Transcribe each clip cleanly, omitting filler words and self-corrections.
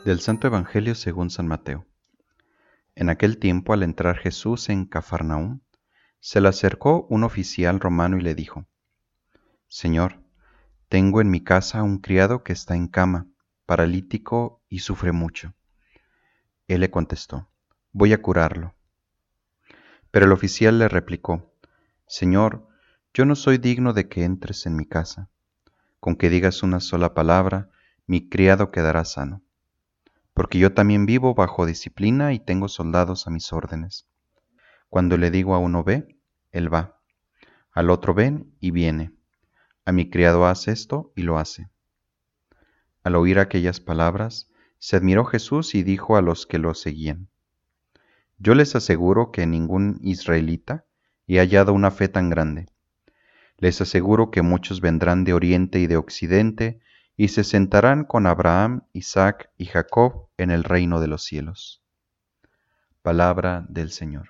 Del Santo Evangelio según San Mateo. En aquel tiempo, al entrar Jesús en Cafarnaúm, se le acercó un oficial romano y le dijo: Señor, tengo en mi casa un criado que está en cama, paralítico y sufre mucho. Él le contestó: Voy a curarlo. Pero el oficial le replicó: Señor, yo no soy digno de que entres en mi casa. Con que digas una sola palabra, mi criado quedará sano. Porque yo también vivo bajo disciplina y tengo soldados a mis órdenes. Cuando le digo a uno ve, él va; al otro ven y viene; a mi criado haz esto y lo hace. Al oír aquellas palabras, se admiró Jesús y dijo a los que lo seguían: Yo les aseguro que en ningún israelita he hallado una fe tan grande. Les aseguro que muchos vendrán de oriente y de occidente y se sentarán con Abraham, Isaac y Jacob en el reino de los cielos. Palabra del Señor.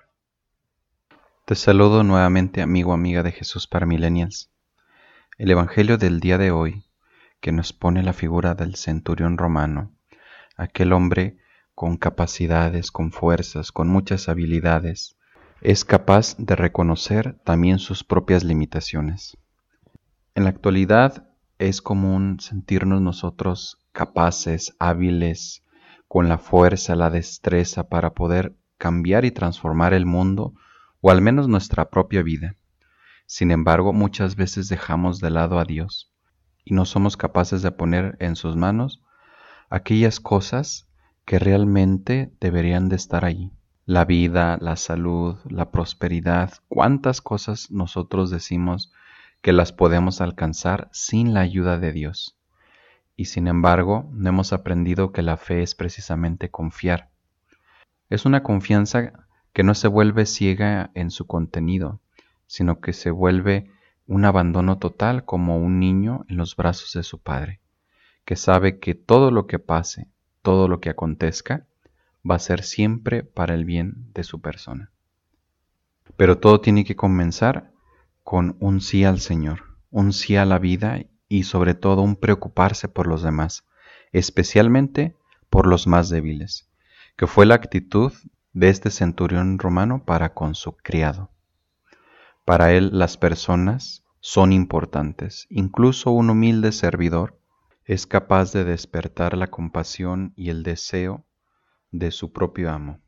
Te saludo nuevamente, amigo o amiga de Jesús para Millennials. El Evangelio del día de hoy, que nos pone la figura del centurión romano, aquel hombre con capacidades, con fuerzas, con muchas habilidades, es capaz de reconocer también sus propias limitaciones. En la actualidad es común sentirnos nosotros capaces, hábiles, con la fuerza, la destreza para poder cambiar y transformar el mundo o al menos nuestra propia vida. Sin embargo, muchas veces dejamos de lado a Dios y no somos capaces de poner en sus manos aquellas cosas que realmente deberían de estar allí. La vida, la salud, la prosperidad, cuántas cosas nosotros decimos que las podemos alcanzar sin la ayuda de Dios. Y sin embargo, no hemos aprendido que la fe es precisamente confiar. Es una confianza que no se vuelve ciega en su contenido, sino que se vuelve un abandono total como un niño en los brazos de su padre, que sabe que todo lo que pase, todo lo que acontezca, va a ser siempre para el bien de su persona. Pero todo tiene que comenzar con un sí al Señor, un sí a la vida y sobre todo un preocuparse por los demás, especialmente por los más débiles, que fue la actitud de este centurión romano para con su criado. Para él las personas son importantes, incluso un humilde servidor es capaz de despertar la compasión y el deseo de su propio amo.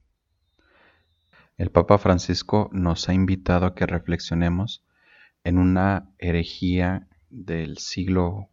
El Papa Francisco nos ha invitado a que reflexionemos en una herejía del siglo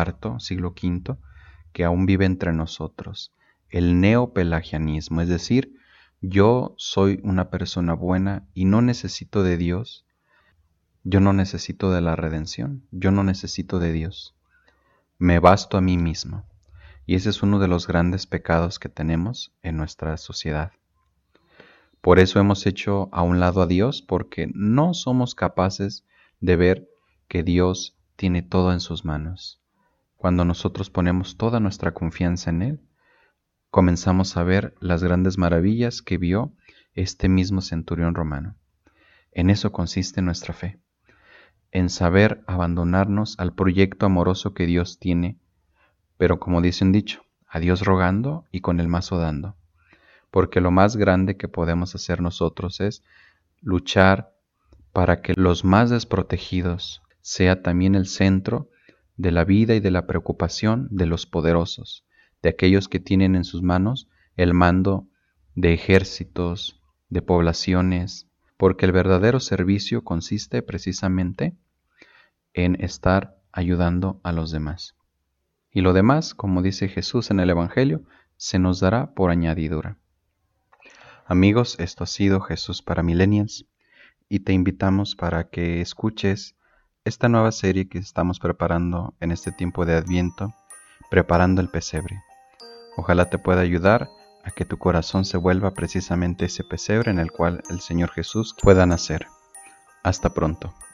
V, que aún vive entre nosotros, el neopelagianismo, es decir, yo soy una persona buena y no necesito de Dios, yo no necesito de la redención, yo no necesito de Dios, me basto a mí mismo. Y ese es uno de los grandes pecados que tenemos en nuestra sociedad. Por eso hemos hecho a un lado a Dios, porque no somos capaces de ver que Dios tiene todo en sus manos. Cuando nosotros ponemos toda nuestra confianza en Él, comenzamos a ver las grandes maravillas que vio este mismo centurión romano. En eso consiste nuestra fe, en saber abandonarnos al proyecto amoroso que Dios tiene, pero como dice un dicho, a Dios rogando y con el mazo dando. Porque lo más grande que podemos hacer nosotros es luchar para que los más desprotegidos sea también el centro de la vida y de la preocupación de los poderosos, de aquellos que tienen en sus manos el mando de ejércitos, de poblaciones, porque el verdadero servicio consiste precisamente en estar ayudando a los demás. Y lo demás, como dice Jesús en el Evangelio, se nos dará por añadidura. Amigos, esto ha sido Jesús para Millennials y te invitamos para que escuches esta nueva serie que estamos preparando en este tiempo de Adviento, Preparando el Pesebre. Ojalá te pueda ayudar a que tu corazón se vuelva precisamente ese pesebre en el cual el Señor Jesús pueda nacer. Hasta pronto.